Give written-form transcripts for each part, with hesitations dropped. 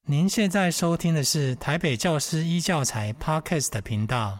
您现在收听的是台北教师一教材 Podcast 的频道。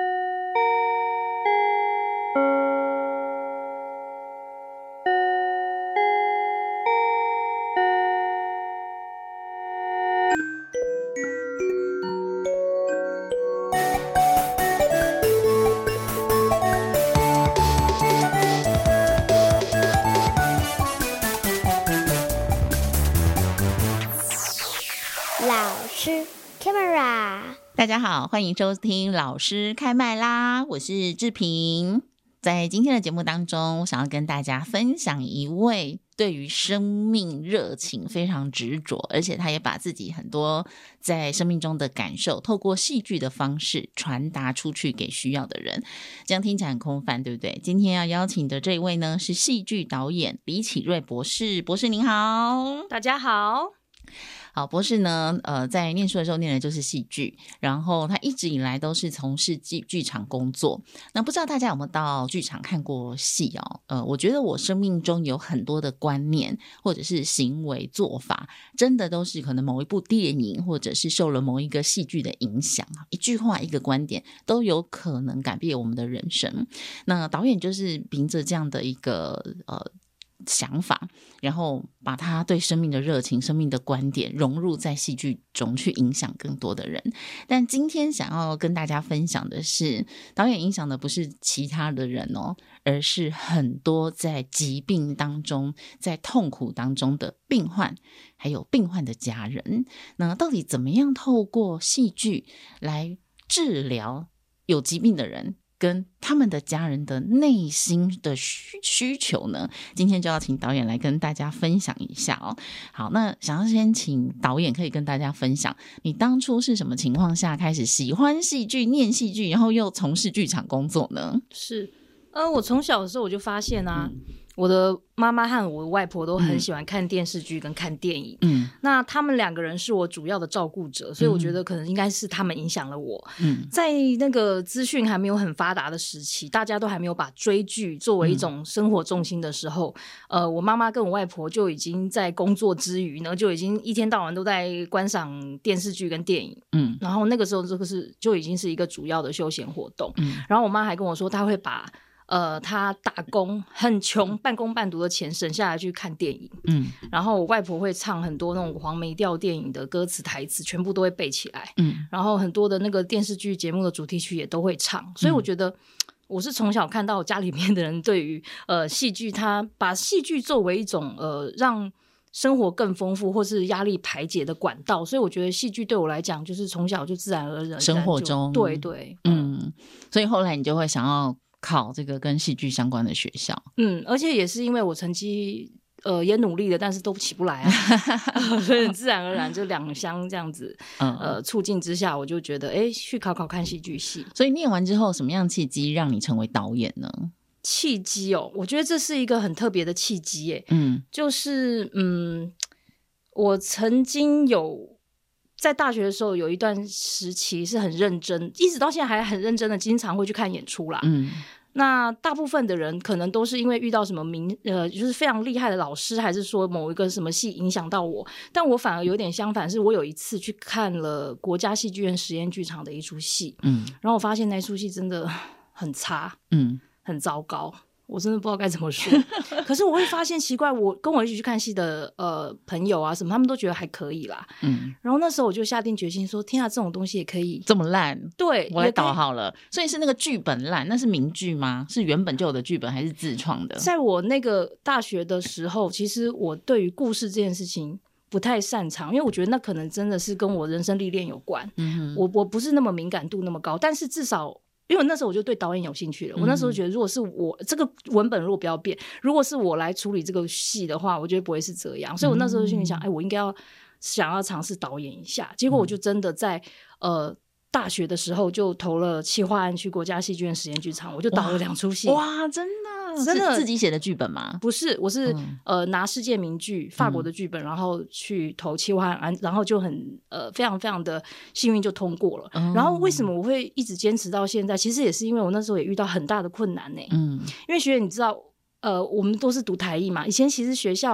老师 Camera， 大家好，欢迎收听老师开麦啦，我是志平。在今天的节目当中，我想要跟大家分享一位对于生命热情非常执着，而且他也把自己很多在生命中的感受透过戏剧的方式传达出去给需要的人。这样听起来很空泛，对不对？今天要邀请的这一位呢，是戏剧导演李启瑞博士。博士您好。 大家好。 好，博士呢，在念书的时候念的就是戏剧，然后他一直以来都是从事剧场工作。那不知道大家有没有到剧场看过戏哦？我觉得我生命中有很多的观念或者是行为做法，真的都是可能某一部电影或者是受了某一个戏剧的影响，一句话一个观点都有可能改变我们的人生。那导演就是凭着这样的一个想法，然后把他对生命的热情、生命的观点融入在戏剧中，去影响更多的人。但今天想要跟大家分享的是，导演影响的不是其他的人哦，而是很多在疾病当中、在痛苦当中的病患，还有病患的家人。那到底怎么样透过戏剧来治疗有疾病的人跟他们的家人的内心的需求呢？今天就要请导演来跟大家分享一下哦。好，那想要先请导演可以跟大家分享，你当初是什么情况下开始喜欢戏剧、念戏剧，然后又从事剧场工作呢？ 是，我从小的时候我就发现啊，我的妈妈和我的外婆都很喜欢看电视剧跟看电影。那他们两个人是我主要的照顾者，所以我觉得可能应该是他们影响了我。在那个资讯还没有很发达的时期，大家都还没有把追剧作为一种生活重心的时候，我妈妈跟我外婆就已经在工作之余呢，就已经一天到晚都在观赏电视剧跟电影。然后那个时候这个就已经是一个主要的休闲活动。然后我妈还跟我说，她会把他打工很穷半工半读的钱省下来去看电影。然后我外婆会唱很多那种黄梅调电影的歌词台词，全部都会背起来。然后很多的那个电视剧节目的主题曲也都会唱。所以我觉得我是从小看到家里面的人对于戏剧，他把戏剧作为一种让生活更丰富或是压力排解的管道，所以我觉得戏剧对我来讲就是从小就自然而然生活中。 对对。 所以后来你就会想要考这个跟戏剧相关的学校。 而且也是因为我成绩也努力了，但是都起不来啊。所以很自然而然就两相这样子促进之下，我就觉得去考考看戏剧系。 所以念完之后什么样契机让你成为导演呢？ 契机我觉得这是一个很特别的契机耶。就是我曾经有在大学的时候有一段时期是很认真，一直到现在还很认真的经常会去看演出啦。那大部分的人可能都是因为遇到什么就是非常厉害的老师，还是说某一个什么戏影响到我，但我反而有点相反，是我有一次去看了国家戏剧院实验剧场的一出戏。然后我发现那出戏真的很差。很糟糕，我真的不知道该怎么说。可是我会发现奇怪，我跟我一起去看戏的朋友啊什么，他们都觉得还可以啦。然后那时候我就下定决心说，天啊，这种东西也可以这么烂？ 对， 我来导好了。所以是那个剧本烂，那是名剧吗？是原本就有的剧本还是自创的？ 在我那个大学的时候，其实我对于故事这件事情不太擅长，因为我觉得那可能真的是跟我人生历练有关。我不是那么敏感度那么高，但是至少因为那时候我就对导演有兴趣了。我那时候觉得如果是我这个文本如果不要变，如果是我来处理这个戏的话，我觉得不会是这样。所以我那时候心里想我应该想要尝试导演一下。结果我就真的在大学的时候就投了企划案去国家戏剧院实验剧场，我就导了2出戏。 哇，真的是自己写的剧本吗？ 不是，我是拿世界名剧法国的剧本，然后去投企划案，然后就很非常非常的幸运就通过了。然后为什么我会一直坚持到现在？其实也是因为我那时候也遇到很大的困难因为学姐你知道我们都是读台艺嘛，以前其实学校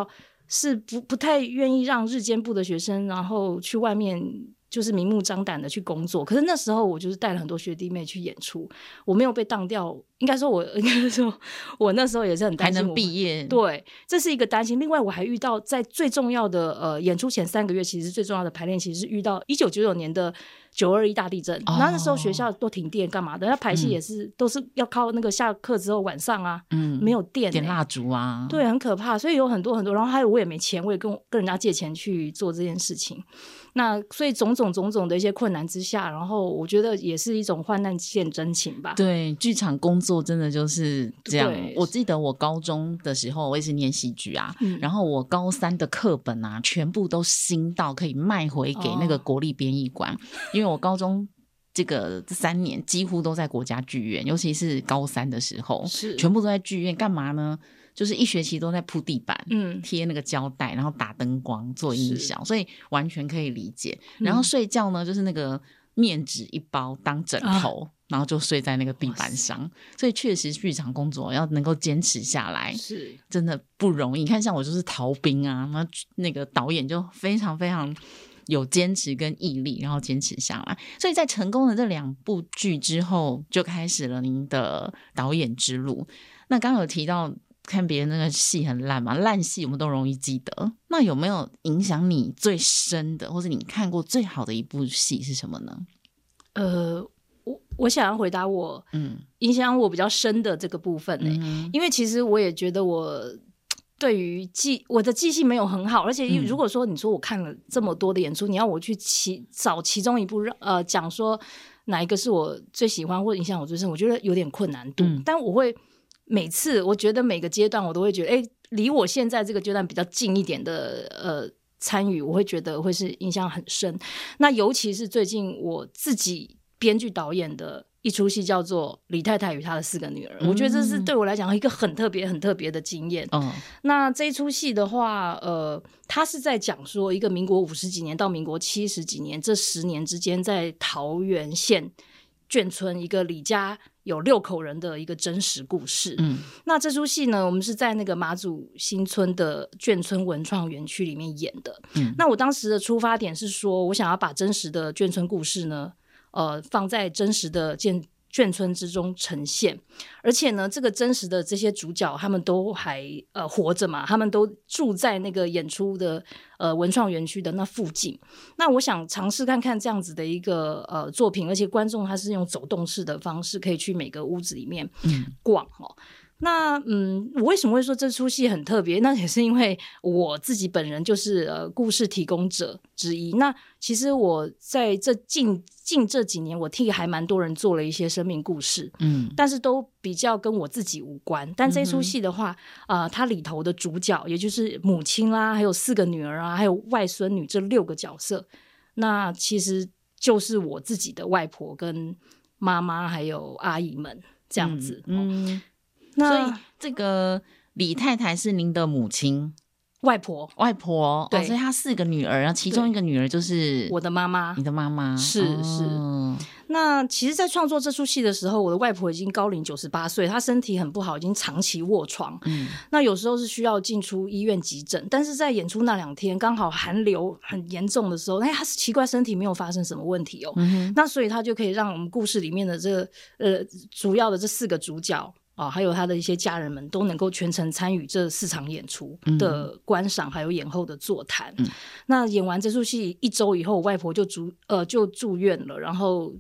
是不太愿意让日间部的学生然后去外面就是明目张胆的去工作，可是那时候我就是带了很多学弟妹去演出，我没有被当掉，应该说我那时候也是很担心还能毕业， 对，这是一个担心。另外我还遇到在最重要的演出前3个月，其实最重要的排练其实是遇到1999年的921大地震，然后那时候学校都停电干嘛的，那排戏也是、都是要靠那个下课之后晚上啊，没有电、 点蜡烛啊， 对，很可怕，所以有很多很多，然后还有我也没钱，我也跟人家借钱去做这件事情，那所以种种的一些困难之下，然后我觉得也是一种患难见真情吧。 对，剧场工作真的就是这样。我记得我高中的时候我也是念戏剧啊、然后我高3的课本啊全部都新到可以卖回给那个国立编译馆、因为我高中这3年几乎都在国家剧院，尤其是高3的时候是全部都在剧院，干嘛呢？就是一学期都在铺地板，贴那个胶带，然后打灯光做音响，所以完全可以理解。然后睡觉呢就是那个面纸一包当枕头、然后就睡在那个地板上，所以确实剧场工作要能够坚持下来是真的不容易。你看像我就是逃兵啊，那个导演就非常非常有坚持跟毅力，然后坚持下来，所以在成功的这2部剧之后就开始了您的导演之路。那刚刚有提到看别人那个戏很烂嘛，烂戏我们都容易记得，那有没有影响你最深的或者你看过最好的一部戏是什么呢？ 我想要回答我影响我比较深的这个部分、因为其实我也觉得我对于我的记性没有很好，而且如果说你说我看了这么多的演出，你要我去找其中一部讲说哪一个是我最喜欢或者影响我最深，我觉得有点困难度、但我会每次我觉得每个阶段我都会觉得离我现在这个阶段比较近一点的参与，我会觉得会是印象很深。那尤其是最近我自己编剧导演的一出戏叫做《李太太与她的4个女儿》，我觉得这是对我来讲一个很特别的经验。那这一出戏的话它是在讲说一个民国50几年到民国70几年这10年之间，在桃园县眷村一个李家有6口人的一个真实故事。那这出戏呢，我们是在那个马祖新村的眷村文创园区里面演的。那我当时的出发点是说，我想要把真实的眷村故事呢放在真实的眷村之中呈现，而且呢这个真实的这些主角他们都还活着嘛，他们都住在那个演出的文创园区的那附近。那我想尝试看看这样子的一个作品，而且观众他是用走动式的方式可以去每个屋子里面逛那我为什么会说这出戏很特别？那也是因为我自己本人就是故事提供者之一。那其实我在这近这几年，我替还蛮多人做了一些生命故事，但是都比较跟我自己无关。但这出戏的话它里头的主角也就是母亲啦，还有4个女儿啊，还有外孙女这6个角色，那其实就是我自己的外婆跟妈妈还有阿姨们这样子。 所以这个李太太是您的母亲外婆对、所以她4个女儿，然后其中一个女儿就是我的妈妈， 你的妈妈是那其实在创作这出戏的时候，我的外婆已经高龄98岁，她身体很不好，已经长期卧床，那有时候是需要进出医院急诊，但是在演出那2天刚好寒流很严重的时候，她是奇怪身体没有发生什么问题那所以她就可以让我们故事里面的主要的这4个主角还有他的一些家人们都能够全程参与这4场演出的观赏还有演后的座谈。那演完这出戏1周以后，我外婆就住院了，然后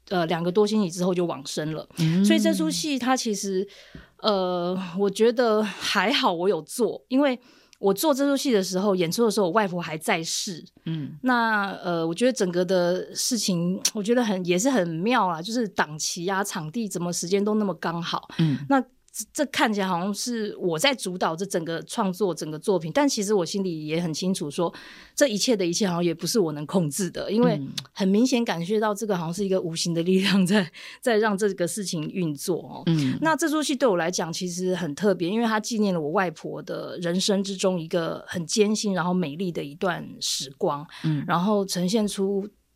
2个多星期之后就往生了。所以这出戏它其实我觉得还好我有做，因为我做这出戏的时候，演出的时候我外婆还在世。那我觉得整个的事情我觉得也是很妙啦，就是档期啊场地怎么时间都那么刚好。那这看起来好像是我在主导这整个创作整个作品，但其实我心里也很清楚说这一切的一切好像也不是我能控制的，因为很明显感觉到这个好像是一个无形的力量在让这个事情运作那这出戏对我来讲其实很特别，因为它纪念了我外婆的人生之中一个很艰辛然后美丽的一段时光然后呈现出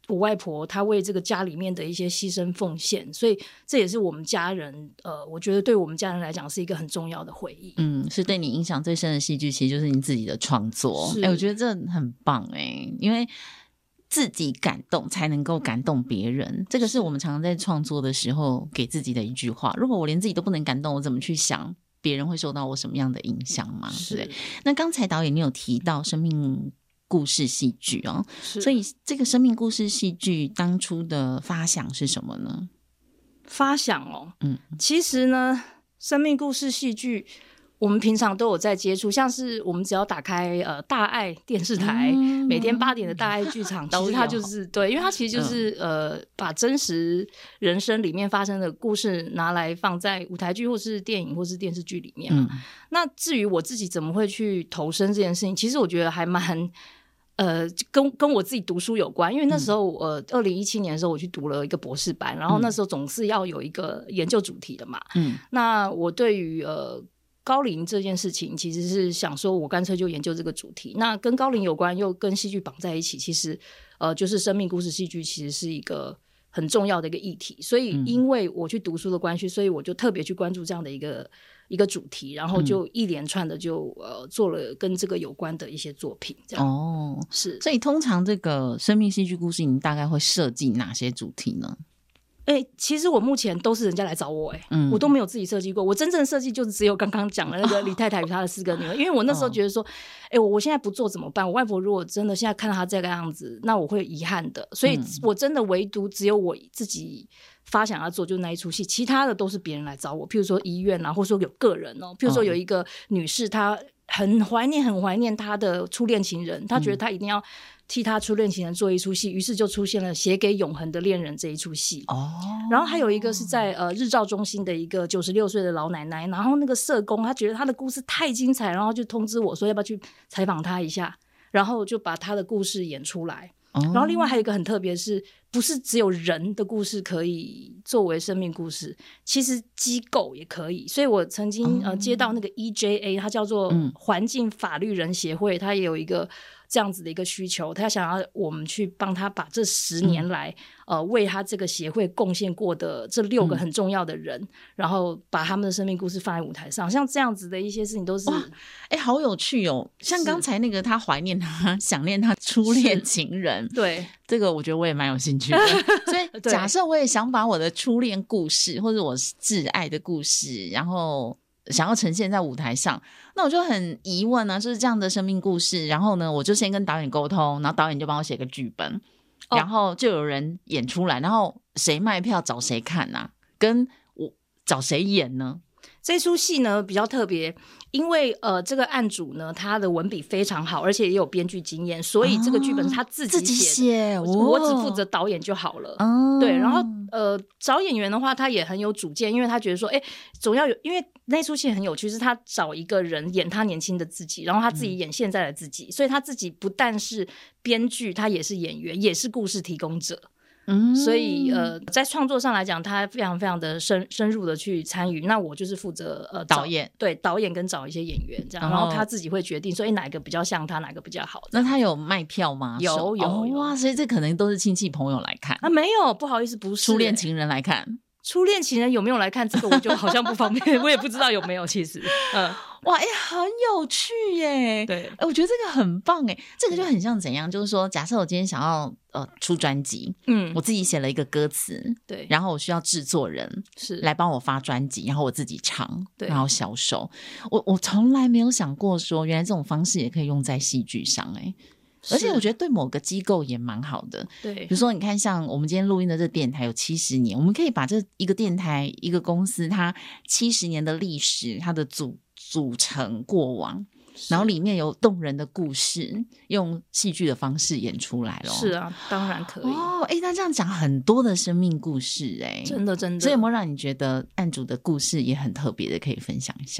我外婆她为这个家里面的一些牺牲奉献，所以这也是我们家人我觉得对我们家人来讲是一个很重要的回忆。 是对你影响最深的戏剧其实就是你自己的创作。我觉得这很棒因为自己感动才能够感动别人，这个是我们常常在创作的时候给自己的一句话。如果我连自己都不能感动，我怎么去想别人会受到我什么样的影响嘛？对。那刚才导演你有提到生命故事戏剧所以这个生命故事戏剧当初的发想是什么呢？ 发想其实呢，生命故事戏剧我们平常都有在接触，像是我们只要打开大爱电视台，每天8点的大爱剧场，其实它就是对，因为它其实就是把真实人生里面发生的故事拿来放在舞台剧或是电影或是电视剧里面嘛。那至于我自己怎么会去投身这件事情，其实我觉得还蛮跟我自己读书有关，因为那时候2017年的时候我去读了一个博士班，然后那时候总是要有一个研究主题的嘛。那我对于高龄这件事情其实是想说我干脆就研究这个主题，那跟高龄有关又跟戏剧绑在一起，其实就是生命故事戏剧其实是一个很重要的一个议题，所以因为我去读书的关系，所以我就特别去关注这样的一个主题，然后就一连串的就做了跟这个有关的一些作品这样。是。 所以通常这个生命戏剧故事你大概会设计哪些主题呢？ 其实我目前都是人家来找我我都没有自己设计过，我真正的设计就是只有刚刚讲的那个李太太与她的4个女儿，因为我那时候觉得说我现在不做怎么办，我外婆如果真的现在看到她这个样子，那我会遗憾的，所以我真的唯独只有我自己发想要做就那一出戏，其他的都是别人来找我，譬如说医院或者说有个人譬如说有一个女士她很怀念她的初恋情人，她觉得她一定要替他初恋情人做一出戏，于是就出现了写给永恒的恋人这一出戏。然后还有一个是在日照中心的一个96岁的老奶奶，然后那个社工他觉得他的故事太精彩，然后就通知我说要不要去采访他一下，然后就把他的故事演出来。然后另外还有一个很特别，是不是只有人的故事可以作为生命故事，其实机构也可以。所以我曾经接到那个 EJA， 它叫做环境法律人协会，它也有一个这样子的一个需求，他想要我们去帮他把这10年来为他这个协会贡献过的这6个很重要的人，然后把他们的生命故事放在舞台上，像这样子的一些事情都是好有趣像刚才那个他怀念他想念他初恋情人， 对， 这个我觉得我也蛮有兴趣的所以假设我也想把我的初恋故事或者我挚爱的故事然后想要呈现在舞台上，那我就很疑问就是这样的生命故事，然后呢我就先跟导演沟通，然后导演就帮我写个剧本然后就有人演出来，然后谁卖票找谁看跟我找谁演呢？ 这出戏呢比较特别，因为这个案主呢他的文笔非常好，而且也有编剧经验，所以这个剧本是他自己写的，我只负责导演就好了。对，然后找演员的话他也很有主见，因为他觉得说总要有，因为那出戏很有趣，是他找一个人演他年轻的自己，然后他自己演现在的自己，所以他自己不但是编剧，他也是演员，也是故事提供者。所以在创作上来讲他非常非常的深入的去参与，那我就是负责导演， 对，导演跟找一些演员这样，然后他自己会决定说哪个比较像他，哪个比较好。 那他有卖票吗？ 有哇，所以这可能都是亲戚朋友来看没有，不好意思，不是初恋情人来看。 初恋情人有没有来看这个我就好像不方便我也不知道有没有，其实哇很有趣耶。 对， 我觉得这个很棒耶。这个就很像怎样，就是说假设我今天想要出专辑我自己写了一个歌词， 对， 然后我需要制作人是来帮我发专辑，然后我自己唱，对，然后销售。我从来没有想过说原来这种方式也可以用在戏剧上而且我觉得对某个机构也蛮好的。 对， 比如说你看像我们今天录音的这电台有70年，我们可以把这一个电台一个公司它70年的历史，它的组成过往，然后里面有动人的故事，用戏剧的方式演出来咯。 是啊，当然可以那这样讲很多的生命故事真的。 所以有没有让你觉得案主的故事也很特别的可以分享一下？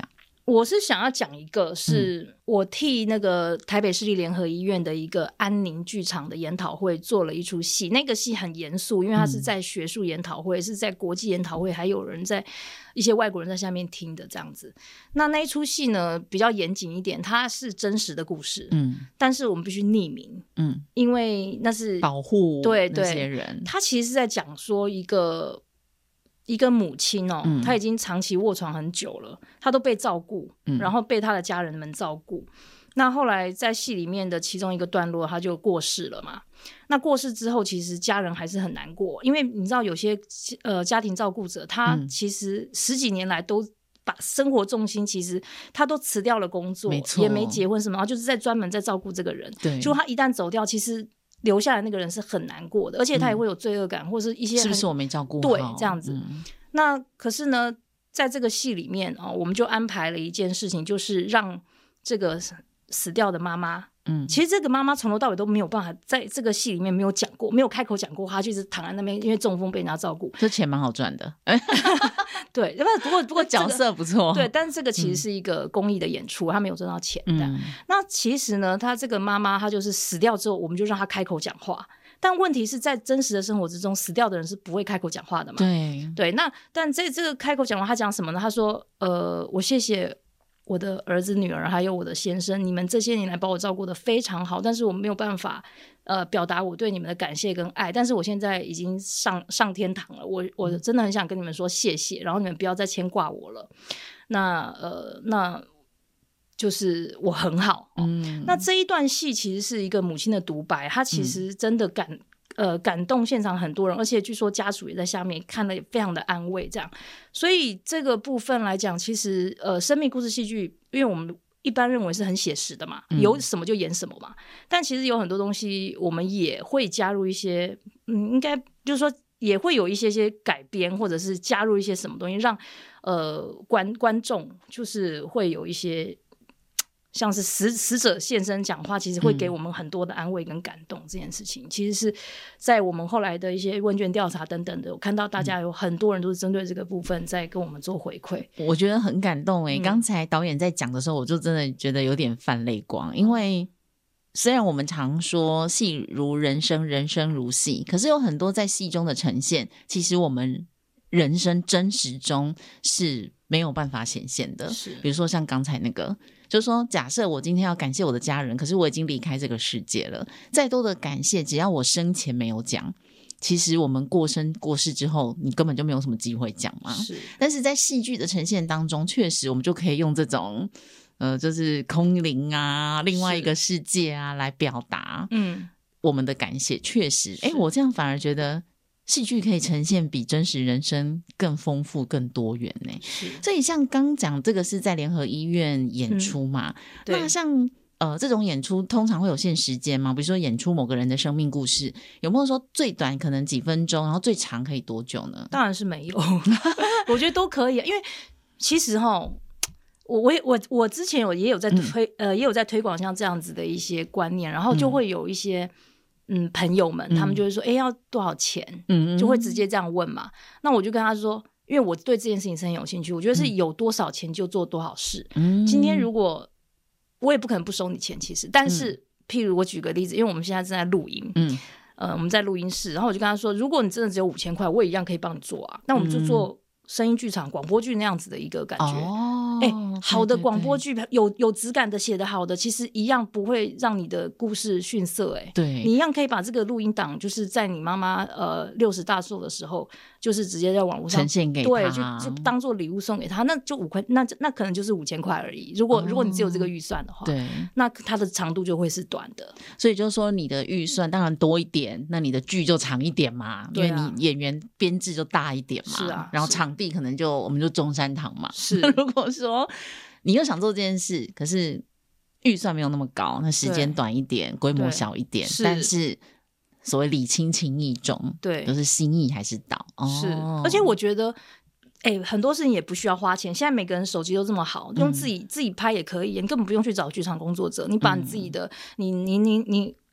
我是想要讲一个是我替那个台北市立联合医院的一个安宁剧场的研讨会做了一出戏，那个戏很严肃，因为它是在学术研讨会，是在国际研讨会，还有人在一些外国人在下面听的这样子。那一出戏呢比较严谨一点，它是真实的故事，但是我们必须匿名，因为那是保护那些人。 他其实是在讲说一个母亲哦，她已经长期卧床很久了，她都被照顾，然后被她的家人们照顾。那后来在戏里面的其中一个段落，她就过世了嘛。那过世之后，其实家人还是很难过，因为你知道有些家庭照顾者，他其实10几年来都把生活重心其实他都辞掉了工作，也没结婚什么，然后就是在专门在照顾这个人。对，就他一旦走掉，其实留下来那个人是很难过的，而且他也会有罪恶感，或是一些是不是我没照顾好， 对，这样子。那可是呢，在这个戏里面我们就安排了一件事情，就是让这个死掉的妈妈，其实这个妈妈从头到尾都没有办法在这个戏里面没有讲过，没有开口讲过，她就是躺在那边，因为中风被人家照顾。 这钱蛮好赚的， 对，不过角色不错， 对，但是这个其实是一个公益的演出，她没有赚到钱的。那其实呢，她这个妈妈她就是死掉之后，我们就让她开口讲话。但问题是在真实的生活之中，死掉的人是不会开口讲话的嘛？对，那但这个开口讲话，他讲什么呢？他说我谢谢我的儿子女儿还有我的先生，你们这些年来把我照顾得非常好，但是我没有办法表达我对你们的感谢跟爱，但是我现在已经上天堂了，我真的很想跟你们说谢谢，然后你们不要再牵挂我了。那就是我很好，那这一段戏其实是一个母亲的独白，她其实真的感动现场很多人，而且据说家属也在下面看了，也非常的安慰这样。所以这个部分来讲，其实生命故事戏剧，因为我们一般认为是很写实的嘛，有什么就演什么嘛，但其实有很多东西我们也会加入一些应该就是说也会有一些改编，或者是加入一些什么东西，让观众就是会有一些像是死者现身讲话，其实会给我们很多的安慰跟感动。这件事情其实是在我们后来的一些问卷调查等等的，我看到大家有很多人都是针对这个部分在跟我们做回馈， 我觉得很感动耶。刚才导演在讲的时候，我就真的觉得有点泛泪光，因为虽然我们常说戏如人生，人生如戏，可是有很多在戏中的呈现，其实我们人生真实中是没有办法显现的。比如说像刚才那个，就是说假设我今天要感谢我的家人，可是我已经离开这个世界了，再多的感谢只要我生前没有讲，其实我们过世之后你根本就没有什么机会讲嘛。但是在戏剧的呈现当中，确实我们就可以用这种就是空灵啊，另外一个世界啊来表达我们的感谢。确实我这样反而觉得戏剧可以呈现比真实人生更丰富更多元呢。所以像刚讲这个是在联合医院演出嘛，那像这种演出通常会有限时间吗？比如说演出某个人的生命故事，有没有说最短可能几分钟，然后最长可以多久呢？ 当然是没有我觉得都可以，因为其实我之前也有在也有在推广像这样子的一些观念，然后就会有一些朋友们他们就会说要多少钱，就会直接这样问嘛。那我就跟他说，因为我对这件事情是很有兴趣，我觉得是有多少钱就做多少事。今天如果我也不可能不收你钱其实，但是譬如我举个例子，因为我们现在正在录音，我们在录音室，然后我就跟他说，如果你真的只有5000块，我也一样可以帮你做啊，那我们就做声音剧场广播剧那样子的一个感觉。好的广播剧有质感的写得好的，其实一样不会让你的故事逊色。对，你一样可以把这个录音档就是在你妈妈60大寿的时候，就是直接在网络上呈现给她， 对，就当做礼物送给她，那就5块，那可能就是5000块而已。如果你只有这个预算的话，对，那它的长度就会是短的。 所以就是说你的预算当然多一点，那你的剧就长一点嘛，因为你演员编制就大一点嘛。是啊，然后场地可能我们就中山堂嘛。是，如果说你又想做这件事，可是预算没有那么高，那时间短一点，规模小一点，但是所谓礼轻情意重，对，就是心意还是到。是， 而且我觉得很多事情也不需要花钱，现在每个人手机都这么好，用自己拍也可以，你根本不用去找剧场工作者，你把你自己的你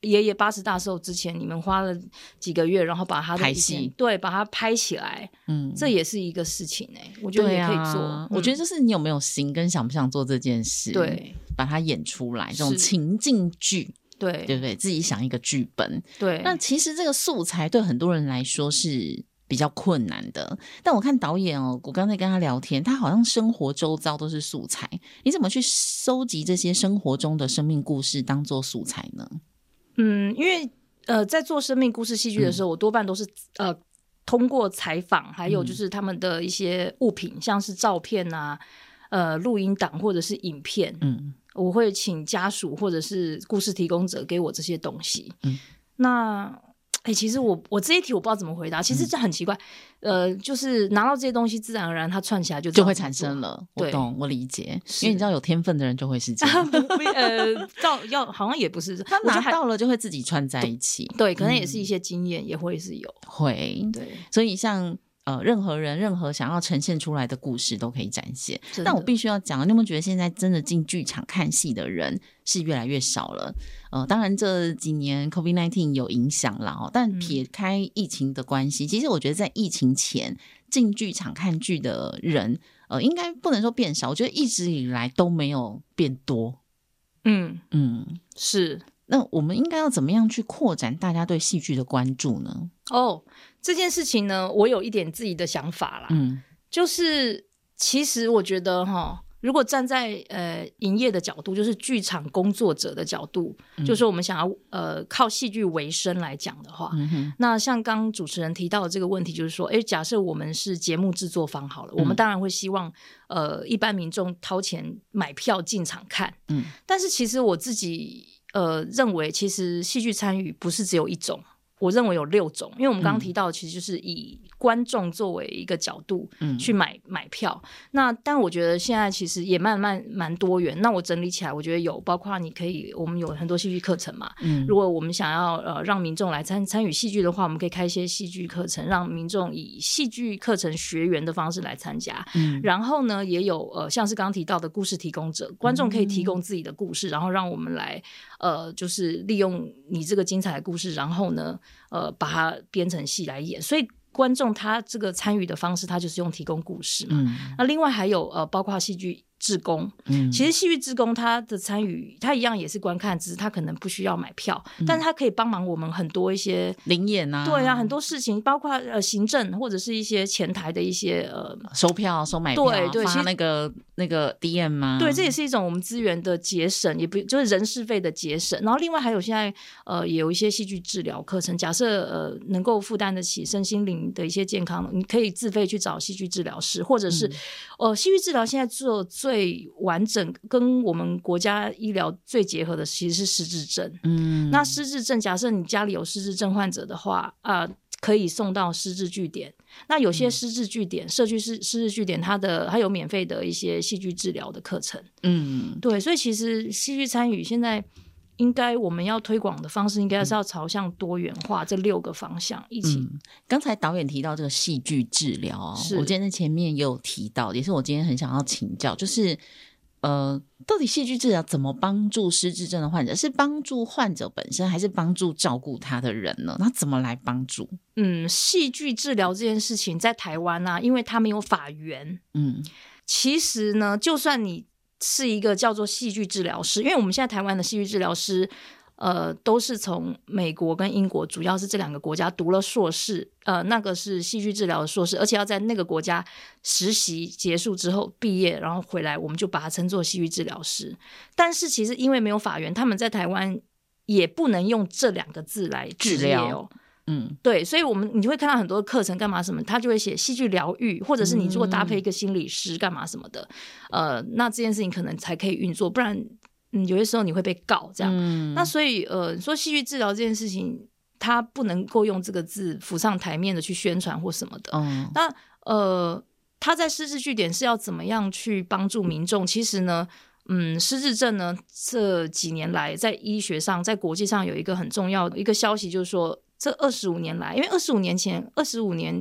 爷爷80大寿之前，你们花了几个月，然后把他的拍戏， 对，把它拍起来，这也是一个事情我觉得也可以做。 我觉得就是你有没有心跟想不想做这件事， 对， 把它演出来，这种情境剧。对不对？自己想一个剧本， 对。 那其实这个素材对很多人来说是比较困难的，但我看导演我刚才跟他聊天，他好像生活周遭都是素材。你怎么去收集这些生活中的生命故事当做素材呢？ 因为在做生命故事戏剧的时候，我多半都是通过采访，还有就是他们的一些物品，像是照片啊、录音档或者是影片，我会请家属或者是故事提供者给我这些东西。那其实我这一题我不知道怎么回答，其实这很奇怪。就是拿到这些东西，自然而然它串起来就会产生了。我懂，我理解，因为你知道有天分的人就会是这样。 好像也不是， 他拿到了就会自己串在一起。 对，可能也是一些经验，也会是有。 会，对，所以像。任何人任何想要呈现出来的故事都可以展现，但我必须要讲，你有没有觉得现在真的进剧场看戏的人是越来越少了？当然这几年 COVID-19 有影响啦，但撇开疫情的关系，其实我觉得在疫情前进剧场看剧的人应该不能说变少，我觉得一直以来都没有变多。 是。 那我们应该要怎么样去扩展大家对戏剧的关注呢？ 这件事情呢，我有一点自己的想法啦。就是其实我觉得如果站在营业的角度，就是剧场工作者的角度，就是我们想要靠戏剧为生来讲的话，那像刚主持人提到的这个问题，就是说假设我们是节目制作方好了，我们当然会希望一般民众掏钱买票进场看。但是其实我自己认为其实戏剧参与不是只有一种，我认为有6种，因为我们刚刚提到的其实就是以观众作为一个角度去买票。那但我觉得现在其实也蛮多元。那我整理起来，我觉得有包括我们有很多戏剧课程嘛。如果我们想要让民众来参与戏剧的话，我们可以开一些戏剧课程，让民众以戏剧课程学员的方式来参加。然后呢，也有像是刚刚提到的故事提供者，观众可以提供自己的故事，然后让我们来就是利用你这个精彩的故事，然后呢把它编成戏来演。所以观众他这个参与的方式，他就是用提供故事嘛。那另外还有包括戏剧志工，其实戏剧志工他的参与，他一样也是观看，只是他可能不需要买票，但是他可以帮忙我们很多一些临演啊， 对啊，很多事情，包括行政或者是一些前台的一些收票、收买票， 对， 发那个 DM 吗？ 对，这也是一种我们资源的节省，也不就是人事费的节省。然后另外还有现在也有一些戏剧治疗课程，假设能够负担得起身心灵的一些健康，你可以自费去找戏剧治疗师，或者是戏剧治疗现在做最完整跟我们国家医疗最结合的其实是失智症。那失智症，假设你家里有失智症患者的话可以送到失智据点。那有些失智据点、社区失智据点，它有免费的一些戏剧治疗的课程。对，所以其实戏剧参与现在应该我们要推广的方式，应该是要朝向多元化这6个方向一起。 刚才导演提到这个戏剧治疗，我今天在前面也有提到，也是我今天很想要请教，就是到底戏剧治疗怎么帮助失智症的患者？是帮助患者本身，还是帮助照顾他的人呢？那怎么来帮助？ 戏剧治疗这件事情在台湾啊，因为它没有法源。其实呢，就算你是一个叫做戏剧治疗师，因为我们现在台湾的戏剧治疗师都是从美国跟英国，主要是这2个国家读了硕士，那个是戏剧治疗的硕士，而且要在那个国家实习结束之后毕业，然后回来我们就把它称作戏剧治疗师。但是其实因为没有法源，他们在台湾也不能用这2个字来治疗。对，所以你会看到很多课程干嘛什么，他就会写戏剧疗愈，或者是你如果搭配一个心理师干嘛什么的，那这件事情可能才可以运作，不然有些时候你会被告这样。那所以说戏剧治疗这件事情，它不能够用这个字浮上台面的去宣传或什么的。那他在失智据点是要怎么样去帮助民众？其实呢失智症呢这几年来在医学上在国际上有一个很重要的一个消息，就是说这25年来，因为25年前25年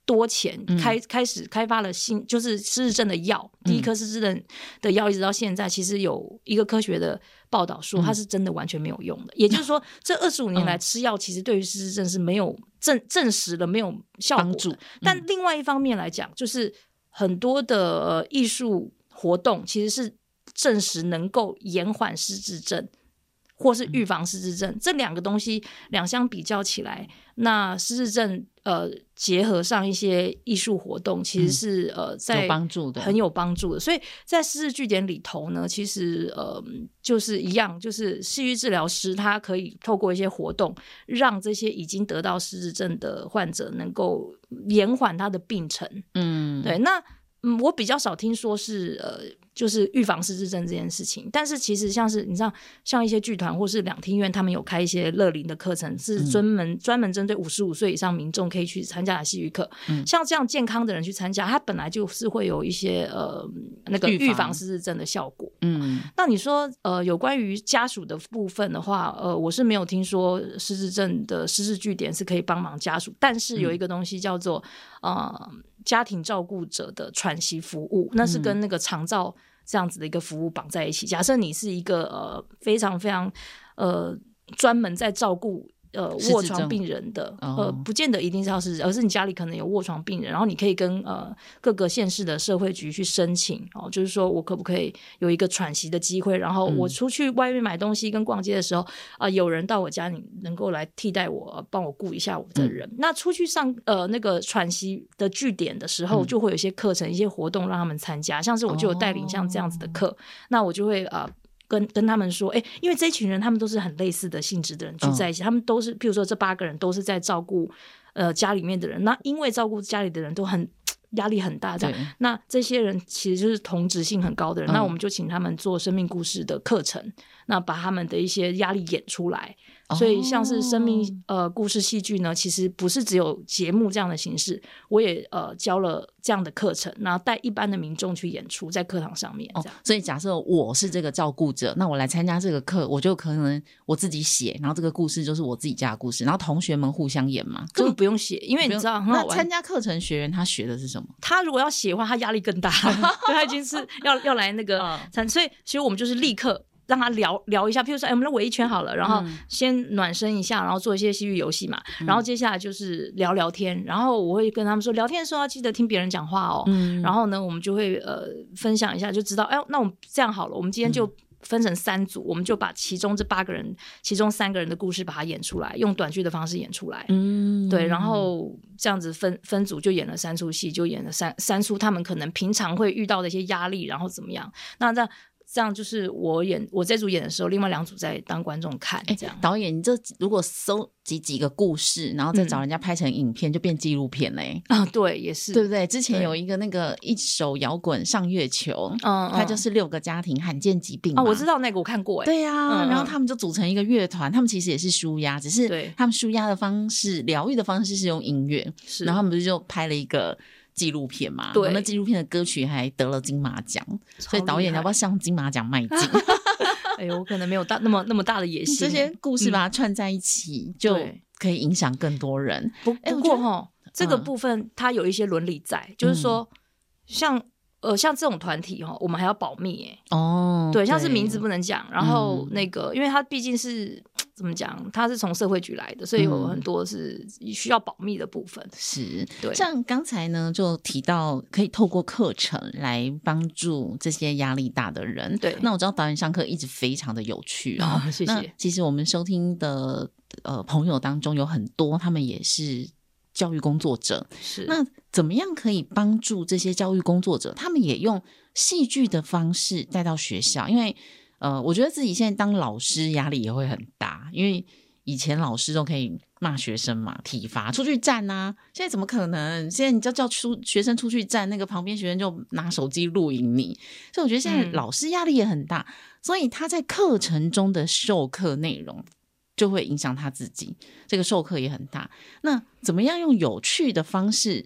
多钱开始开发了就是失智症的药，第一颗失智症的药一直到现在，其实有一个科学的报道说它是真的完全没有用的，也就是说这25年来吃药其实对于失智症是没有证实了没有效果的。但另外一方面来讲，就是很多的艺术活动其实是证实能够延缓失智症或是预防失智症，这两个东西两相比较起来，那失智症结合上一些艺术活动，其实是在有帮助的， 很有帮助的。所以在失智据点里头呢，其实就是一样，就是戏剧治疗师他可以透过一些活动，让这些已经得到失智症的患者能够延缓他的病程。对，那我比较少听说是就是预防失智症这件事情，但是其实像是你知道，像一些剧团或是两厅院，他们有开一些乐龄的课程，是专门针对55岁以上民众可以去参加的戏剧课。像这样健康的人去参加，他本来就是会有一些那个预防失智症的效果。那你说有关于家属的部分的话，我是没有听说失智症的失智据点是可以帮忙家属，但是有一个东西叫做家庭照顾者的喘息服务，那是跟那个长照这样子的一个服务绑在一起。假设你是一个非常非常专门在照顾卧床病人的不见得一定是要失智，而是你家里可能有卧床病人，然后你可以跟各个县市的社会局去申请就是说我可不可以有一个喘息的机会，然后我出去外面买东西跟逛街的时候有人到我家里能够来替代我，帮我顾一下我的人。那出去上那个喘息的据点的时候，就会有一些课程一些活动让他们参加，像是我就有带领像这样子的课，那我就会跟他们说因为这一群人他们都是很类似的性质的人聚在一起，他们都是譬如说这8个人都是在照顾家里面的人，那因为照顾家里的人都很压力很大这样，那这些人其实就是同质性很高的人，那我们就请他们做生命故事的课程，那把他们的一些压力演出来。所以像是生命故事戏剧呢，其实不是只有节目这样的形式，我也教了这样的课程，然后带一般的民众去演出在课堂上面这样。 所以假设我是这个照顾者，那我来参加这个课，我就可能我自己写，然后这个故事就是我自己家的故事，然后同学们互相演嘛， 根本不用写，因为你知道很好玩。 那参加课程学员他学的是什么？ 他如果要写的话，他压力更大他已经是要来那个所以其实我们就是立刻让他聊一下，譬如说我们围一圈好了，然后先暖身一下，然后做一些戏剧游戏嘛，然后接下来就是聊天，然后我会跟他们说聊天的时候要记得听别人讲话然后呢我们就会分享一下，就知道那我们这样好了，我们今天就分成3组，我们就把其中这8个人其中3个人的故事把它演出来，用短剧的方式演出来。对，然后这样子分组就演了3出戏，就演了三出他们可能平常会遇到的一些压力，然后怎么样，那这样就是我这组演的时候，另外2组在当观众看这样。 导演你这如果收集几个故事然后再找人家拍成影片，就变纪录片嘞对，也是， 对不对？之前有一个那个一手摇滚上月球它就是6个家庭罕见疾病嘛我知道那个我看过对啊然后他们就组成一个乐团，他们其实也是抒压，只是他们抒压的方式疗愈的方式是用音乐，然后他们不是就拍了一个纪录片嘛，对，那纪录片的歌曲还得了金马奖，所以导演要不要向金马奖迈进我可能没有那么大的野心， 这些故事把它串在一起就可以影响更多人。 不过这个部分它有一些伦理在，就是说像这种团体我们还要保密对，像是名字不能讲，然后那个因为它毕竟是怎么讲，它是从社会局来的，所以有很多是需要保密的部分。 是， 对。 像刚才呢就提到可以透过课程来帮助这些压力大的人， 对。 那我知道导演上课一直非常的有趣谢谢。 那其实我们收听的朋友当中有很多他们也是教育工作者， 是。 那怎么样可以帮助这些教育工作者，他们也用戏剧的方式带到学校？因为我觉得自己现在当老师压力也会很大，因为以前老师都可以骂学生嘛，体罚出去站啊，现在怎么可能？现在你叫学生出去站，那个旁边学生就拿手机录影你，所以我觉得现在老师压力也很大，所以他在课程中的授课内容就会影响他自己，这个授课也很大。那怎么样用有趣的方式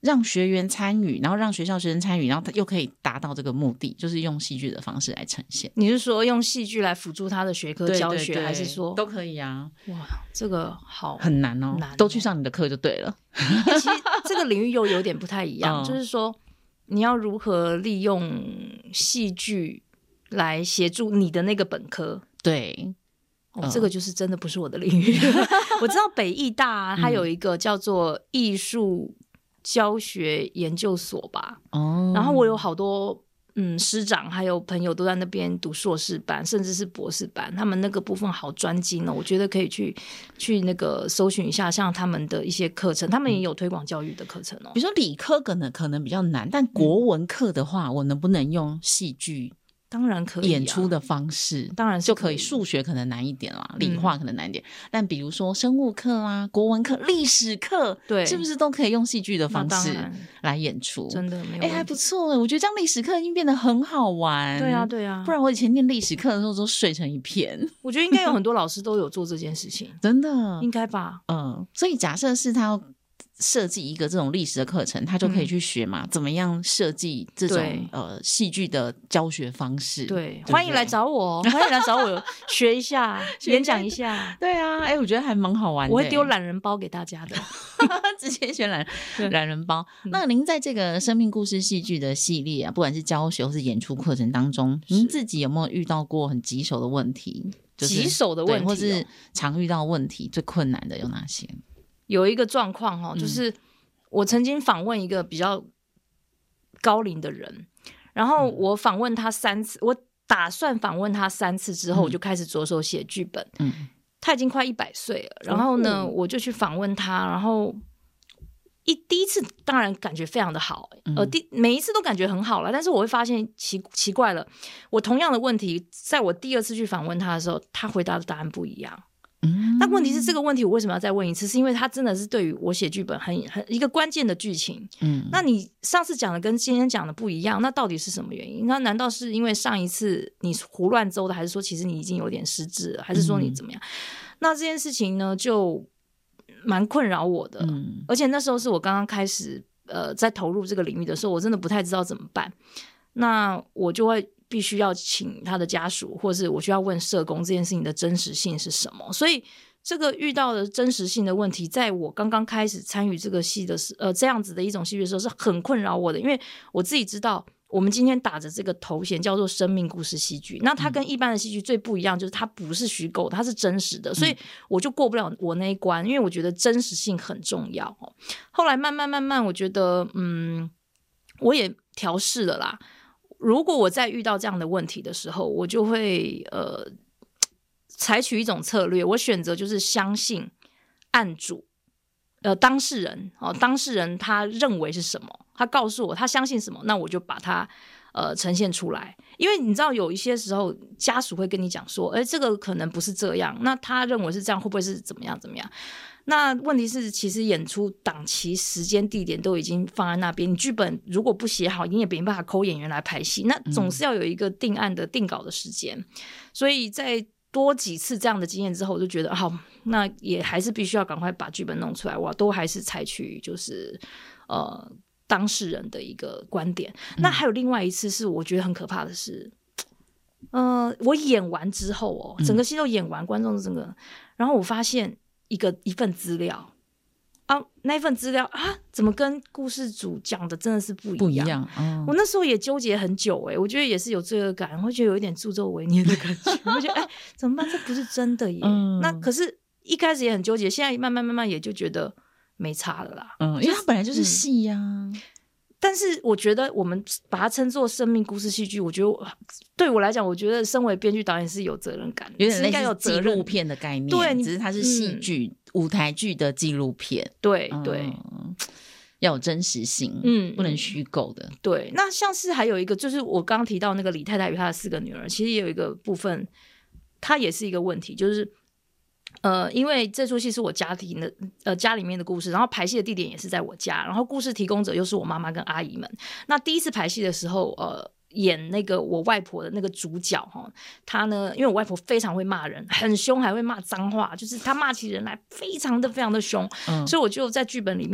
让学员参与，然后让学校学生参与，然后他又可以达到这个目的，就是用戏剧的方式来呈现。 你是说用戏剧来辅助他的学科教学， 对对对， 还是说都可以啊？ 哇，这个好很难哦，都去上你的课就对了。 其实这个领域又有点不太一样，就是说你要如何利用戏剧来协助你的那个本科。 对， 这个就是真的不是我的领域。我知道北艺大它有一个叫做艺术教学研究所吧，然后我有好多师长还有朋友都在那边读硕士班甚至是博士班，他们那个部分好专精哦，我觉得可以去那个搜寻一下像他们的一些课程，他们也有推广教育的课程哦。 比如说理科可能比较难，但国文课的话，我能不能用戏剧当然可以演出的方式， 当然是就可以。数学可能难一点啦，理化可能难一点，但比如说生物课啦、国文课、历史课， 对， 是不是都可以用戏剧的方式来演出？ 真的没有， 还不错我觉得这样历史课已经变得很好玩。 对啊，对啊， 不然我以前念历史课的时候都睡成一片。 我觉得应该有很多老师都有做这件事情， 真的应该吧？ 所以假设是他要设计一个这种历史的课程，他就可以去学嘛，怎么样设计这种戏剧的教学方式。 对，欢迎来找我，欢迎来找我学一下，演讲一下。 对啊，我觉得还蛮好玩的。 我会丢懒人包给大家的， 直接选懒人包。那您在这个生命故事戏剧的系列啊，不管是教学或是演出课程当中，您自己有没有遇到过很棘手的问题？ 棘手的问题， 或是常遇到问题最困难的有哪些？ 有一个状况就是我曾经访问一个比较高龄的人，然后我访问他3次，我打算访问他3次之后，我就开始着手写剧本。他已经快100岁了，然后呢，我就去访问他，然后第一次当然感觉非常的好，每一次都感觉很好了，但是我会发现奇怪了，我同样的问题，在我第2次去访问他的时候，他回答的答案不一样。那问题是这个问题我为什么要再问一次，是因为它真的是对于我写剧本很一个关键的剧情。那你上次讲的跟今天讲的不一样，那到底是什么原因？那难道是因为上一次你胡乱诌的，还是说其实你已经有点失智了，还是说你怎么样？那这件事情呢就蛮困扰我的，而且那时候是我刚刚开始在投入这个领域的时候，我真的不太知道怎么办。那我就会必须要请他的家属，或是我需要问社工这件事情的真实性是什么。所以这个遇到的真实性的问题，在我刚刚开始参与这个戏的这样子的一种戏剧的时候，是很困扰我的。因为我自己知道，我们今天打着这个头衔叫做生命故事戏剧，那它跟一般的戏剧最不一样，就是它不是虚构的，它是真实的，所以我就过不了我那一关，因为我觉得真实性很重要。后来慢慢我觉得我也调试了啦。如果我在遇到这样的问题的时候，我就会采取一种策略，我选择就是相信案主当事人他认为是什么，他告诉我他相信什么，那我就把它呈现出来。因为你知道有一些时候家属会跟你讲说这个可能不是这样，那他认为是这样，会不会是怎么样怎么样。那问题是其实演出档期时间地点都已经放在那边，你剧本如果不写好，你也没办法扣演员来排戏，那总是要有一个定案的定稿的时间。所以在多几次这样的经验之后，我就觉得好，那也还是必须要赶快把剧本弄出来，我都还是采取就是当事人的一个观点。那还有另外一次是我觉得很可怕的是我演完之后整个戏都演完，观众整个，然后我发现一份资料那份资料怎么跟故事组讲的真的是不一样。我那时候也纠结很久我觉得也是有罪恶感，我觉得有一点助纣为虐的感觉。我觉得怎么办，这不是真的耶。那可是一开始也很纠结，现在慢慢也就觉得没差了啦。 因为它本来就是戏呀。 但是我觉得我们把它称作生命故事戏剧，我觉得对我来讲，我觉得身为编剧导演是有责任感的， 有点类似纪录片的概念。 对， 只是它是戏剧舞台剧的纪录片。 对要有真实性，不能虚构的。 对，那像是还有一个就是我刚刚提到那个李太太与她的4个女儿，其实也有一个部分它也是一个问题，就是因为这出戏是我家庭的家里面的故事，然后排戏的地点也是在我家，然后故事提供者又是我妈妈跟阿姨们。那第一次排戏的时候演那个我外婆的那个主角她呢，因为我外婆非常会骂人，很凶，还会骂脏话，就是她骂起人来非常的凶。所以我就在剧本里面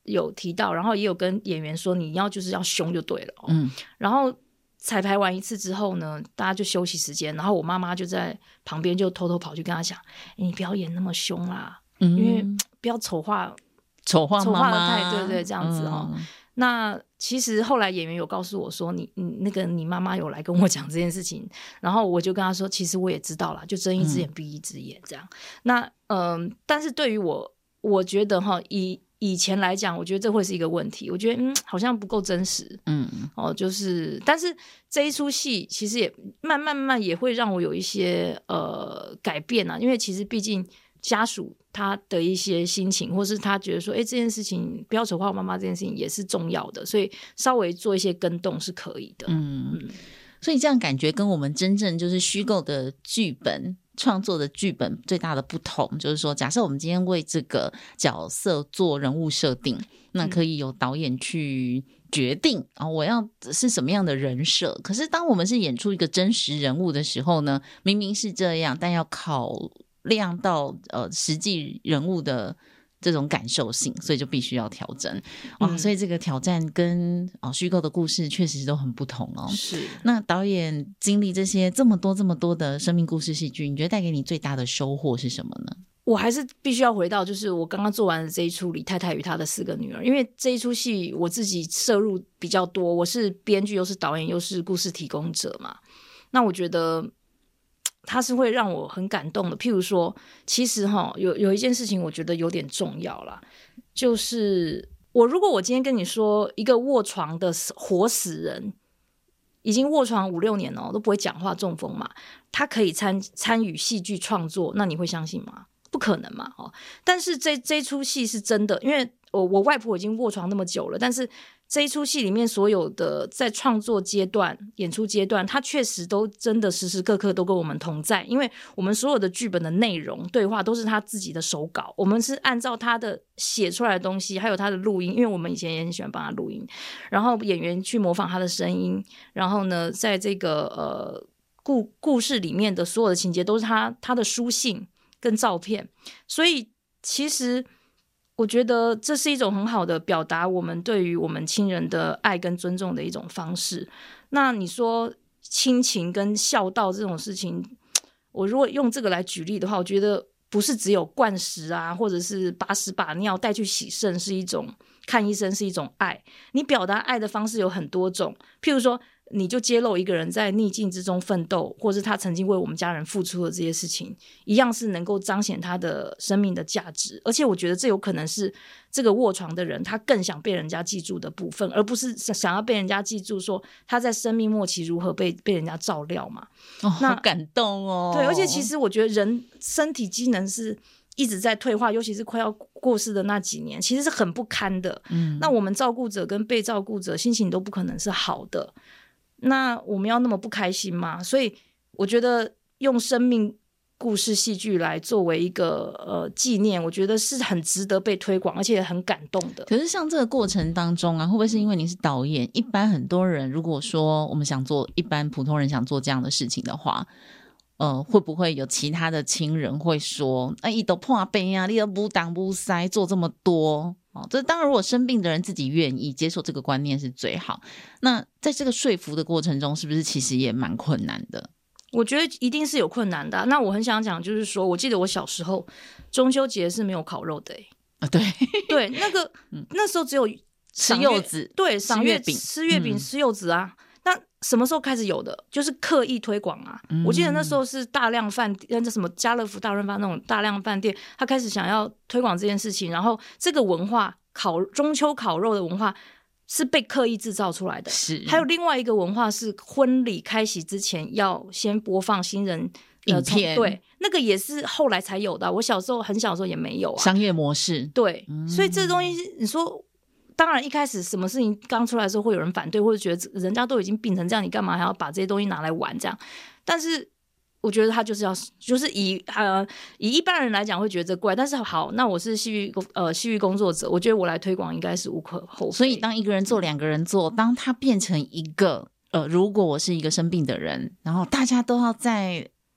有提到，然后也有跟演员说你就是要凶就对了然后彩排完一次之后呢，大家就休息时间，然后我妈妈就在旁边就偷偷跑去跟他讲，你不要演那么凶啦，因为不要丑化妈妈，对对，这样子那其实后来演员有告诉我说，你妈妈有来跟我讲这件事情，然后我就跟他说，其实我也知道啦，就睁一只眼闭一只眼这样。那但是对于我觉得以前来讲，我觉得这会是一个问题，我觉得好像不够真实，就是但是这一出戏其实也慢慢也会让我有一些改变因为其实毕竟家属他的一些心情，或是他觉得说这件事情不要丑化我妈妈这件事情也是重要的，所以稍微做一些更动是可以的。 所以这样感觉跟我们真正就是虚构的剧本创作的剧本最大的不同，就是说假设我们今天为这个角色做人物设定，那可以由导演去决定我要是什么样的人设，可是当我们是演出一个真实人物的时候呢，明明是这样，但要考量到实际人物的这种感受性，所以就必须要调整所以这个挑战跟虚构的故事确实都很不同是。 那导演经历这些这么多的生命故事戏剧，你觉得带给你最大的收获是什么呢？ 我还是必须要回到就是我刚刚做完的这一出李太太与她的4个女儿，因为这一出戏我自己摄入比较多，我是编剧又是导演又是故事提供者嘛，那我觉得它是会让我很感动的。譬如说其实有一件事情我觉得有点重要啦，就是如果我今天跟你说一个卧床的活死人已经卧床5-6年都不会讲话，中风嘛，他可以参与戏剧创作，那你会相信吗？不可能嘛但是这出戏是真的，因为我外婆已经卧床那么久了，但是这一出戏里面所有的在创作阶段演出阶段，他确实都真的时时刻刻都跟我们同在，因为我们所有的剧本的内容对话都是他自己的手稿，我们是按照他的写出来的东西还有他的录音，因为我们以前也很喜欢帮他录音，然后演员去模仿他的声音，然后呢在这个故事里面的所有的情节都是他的书信跟照片，所以其实我觉得这是一种很好的表达我们对于我们亲人的爱跟尊重的一种方式。那你说亲情跟孝道这种事情，我如果用这个来举例的话，我觉得不是只有灌食或者是把屎把尿带去洗肾是一种，看医生是一种爱，你表达爱的方式有很多种，譬如说你就揭露一个人在逆境之中奋斗，或是他曾经为我们家人付出的这些事情，一样是能够彰显他的生命的价值。而且我觉得这有可能是这个卧床的人他更想被人家记住的部分，而不是想要被人家记住说他在生命末期如何被人家照料嘛。 好感动对，而且其实我觉得人身体机能是一直在退化，尤其是快要过世的那几年，其实是很不堪的。那我们照顾者跟被照顾者心情都不可能是好的，那我们要那么不开心吗？所以我觉得用生命故事戏剧来作为一个纪念，我觉得是很值得被推广，而且很感动的。 可是像这个过程当中会不会是因为你是导演，一般很多人如果说我们想做，一般普通人想做这样的事情的话，会不会有其他的亲人会说你都破病你都不当不塞做这么多这当然如果生病的人自己愿意接受这个观念是最好，那在这个说服的过程中是不是其实也蛮困难的？ 我觉得一定是有困难的那我很想讲就是说，我记得我小时候中秋节是没有烤肉的对对，那时候只有吃柚子， 对， 吃月饼， 吃月饼吃柚子那什么时候开始有的？就是刻意推广我记得那时候是大量饭店，什么家乐福、大润发那种大量饭店，他开始想要推广这件事情，然后这个文化中秋烤肉的文化是被刻意制造出来的。 是， 还有另外一个文化是婚礼开席之前要先播放新人影片， 对，那个也是后来才有的我小时候很小的时候也没有商业模式。 对所以这东西你说当然一开始什么事情刚出来的时候会有人反对，或者觉得人家都已经病成这样，你干嘛还要把这些东西拿来玩这样，但是我觉得他就是以一般人来讲会觉得这怪，但是好，那我是戏剧工作者，我觉得我来推广应该是无可厚非。 所以当一个人做2个人做，当他变成一个如果我是一个生病的人，然后大家都要在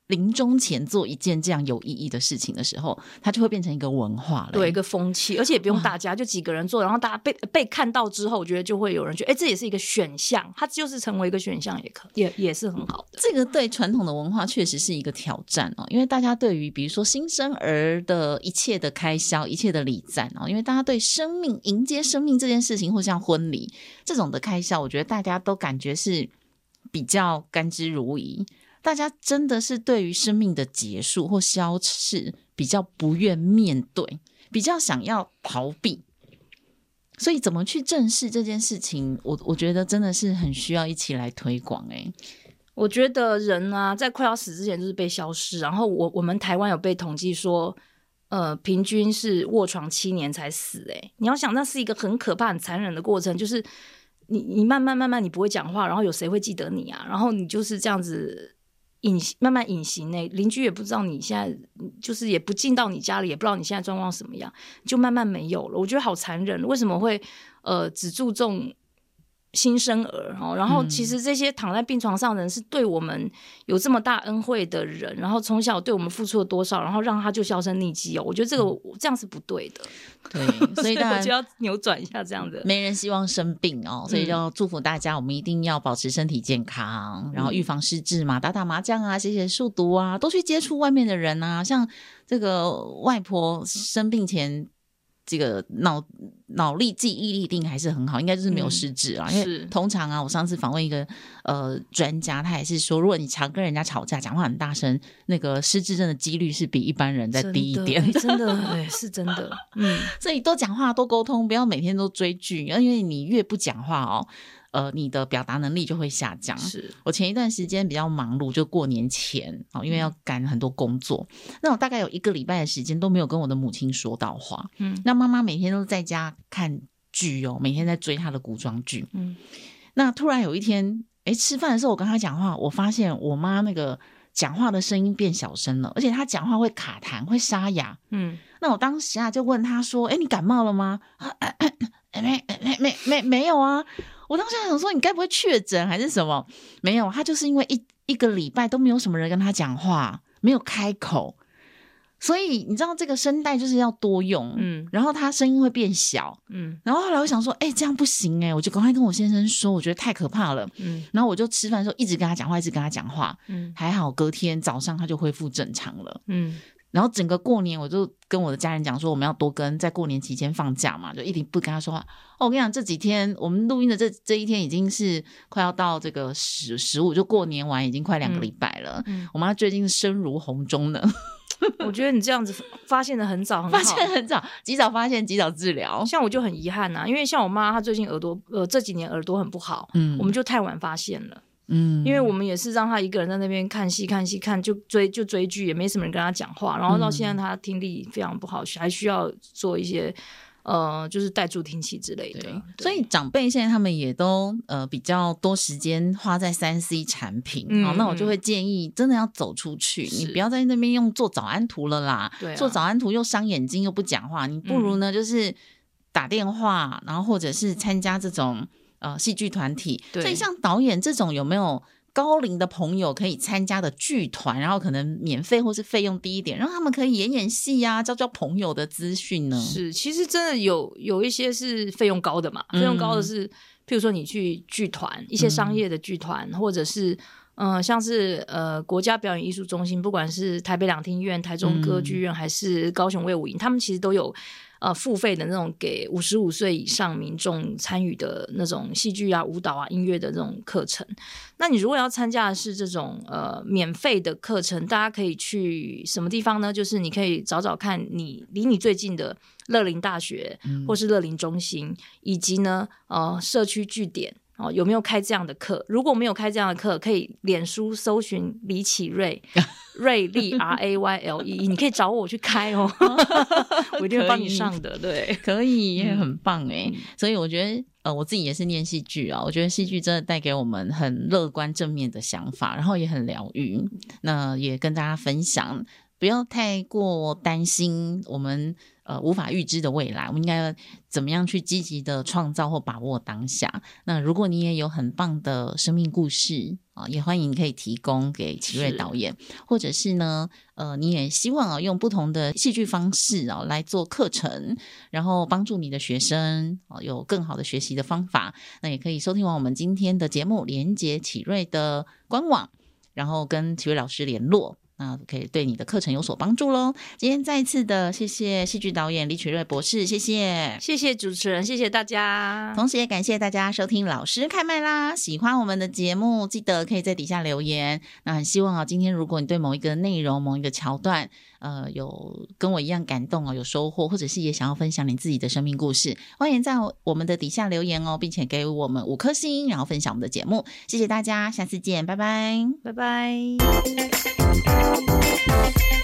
临终前做一件这样有意义的事情的时候，它就会变成一个文化了， 对，一个风气，而且也不用大家，就几个人做，然后大家被看到之后，我觉得就会有人觉得，这也是一个选项，它就是成为一个选项，也是很好的。 这个对传统的文化确实是一个挑战哦，因为大家对于比如说新生儿的一切的开销、一切的礼赞哦，因为大家对生命、迎接生命这件事情，或像婚礼这种的开销，我觉得大家都感觉是比较甘之如饴。大家真的是对于生命的结束或消逝比较不愿面对，比较想要逃避，所以怎么去正视这件事情，我觉得真的是很需要一起来推广。 我觉得人啊，在快要死之前就是被消失，然后我们台湾有被统计说平均是卧床7年才死。你要想那是一个很可怕很残忍的过程，就是你慢慢你不会讲话，然后有谁会记得你啊？然后你就是这样子慢慢隐形，邻居也不知道你现在，就是也不进到你家里，也不知道你现在状况什么样，就慢慢没有了。我觉得好残忍，为什么会只注重新生儿，然后其实这些躺在病床上的人是对我们有这么大恩惠的人，然后从小对我们付出了多少，然后让他就销声匿迹我觉得这样是不对的。 对，所以当然我就要扭转一下这样的， 没人希望生病所以就要祝福大家，我们一定要保持身体健康，然后预防失智嘛，打打麻将啊，写写数独啊，多去接触外面的人啊。像这个外婆生病前这个脑力记忆力一定还是很好，应该就是没有失智啊。因为通常我上次访问一个专家，他也是说，如果你常跟人家吵架，讲话很大声，那个失智症的几率是比一般人再低一点。 真的是真的。 所以多讲话多沟通，不要每天都追剧，因为你越不讲话你的表达能力就会下降。 是我前一段时间比较忙碌，就过年前因为要赶很多工作，那我大概有1个礼拜的时间都没有跟我的母亲说到话。那妈妈每天都在家看剧每天在追她的古装剧。那突然有一天吃饭的时候我跟她讲话，我发现我妈那个讲话的声音变小声了，而且她讲话会卡痰会沙哑。那我当时就问她说你感冒了吗？没有啊。我当时想说你该不会确诊还是什么？没有，他就是因为一个礼拜都没有什么人跟他讲话，没有开口，所以你知道这个声带就是要多用。然后他声音会变小。然后后来我想说这样不行我就赶快跟我先生说，我觉得太可怕了。然后我就吃饭的时候一直跟他讲话一直跟他讲话。还好隔天早上他就恢复正常了。然后整个过年我就跟我的家人讲说，我们要多跟在过年期间放假嘛，就一定不跟他说话。我跟你讲，这几天我们录音的这一天已经是快要到这个15，就过年完已经快2个礼拜了。我妈最近声如洪钟呢。 我觉得你这样子发现的很早，很好， 发现很早，及早发现及早治疗。 像我就很遗憾因为像我妈她最近这几年耳朵很不好。我们就太晚发现了。因为我们也是让他一个人在那边看戏看就追剧，也没什么人跟他讲话，然后到现在他听力非常不好，还需要做一些就是带助听器之类的。对， 所以长辈现在他们也都比较多时间花在3C 产品。那我就会建议真的要走出去，你不要在那边用做早安图了啦。做早安图又伤眼睛又不讲话，你不如呢就是打电话，然后或者是参加这种戏剧团体。所以像导演这种有没有高龄的朋友可以参加的剧团，然后可能免费或是费用低一点，让他们可以演戏啊，交朋友的资讯呢？ 是，其实真的有一些是费用高的嘛。费用高的是譬如说你去剧团，一些商业的剧团，或者是像是国家表演艺术中心，不管是台北两厅院、台中歌剧院还是高雄卫武营，他们其实都有付费的那种给55岁以上民众参与的那种戏剧啊、舞蹈啊、音乐的这种课程。那你如果要参加的是这种免费的课程，大家可以去什么地方呢？就是你可以找找看离你最近的乐龄大学或是乐龄中心，以及呢社区据点有没有开这样的课。如果没有开这样的课，可以脸书搜寻李启瑞瑞丽 RAYLE， 你可以找我去开我一定会帮你上的。对， 可以，也很棒所以我觉得我自己也是念戏剧我觉得戏剧真的带给我们很乐观正面的想法，然后也很疗愈。那也跟大家分享，不要太过担心我们无法预知的未来，我们应该怎么样去积极的创造或把握当下。那如果你也有很棒的生命故事， 也欢迎可以提供给启瑞导演，或者是呢你也希望用不同的戏剧方式来做课程，然后帮助你的学生有更好的学习的方法，那也可以收听完我们今天的节目，连结启瑞的官网，然后跟启瑞老师联络，那可以对你的课程有所帮助咯。今天再一次的谢谢戏剧导演李启瑞博士，谢谢。 谢谢主持人，谢谢大家， 同时也感谢大家收听老师开麦啦。喜欢我们的节目记得可以在底下留言，那很希望今天如果你对某一个内容某一个桥段有跟我一样感动有收获，或者是也想要分享你自己的生命故事，欢迎在我们的底下留言并且给我们5颗星，然后分享我们的节目。谢谢大家，下次见，拜拜， 拜拜。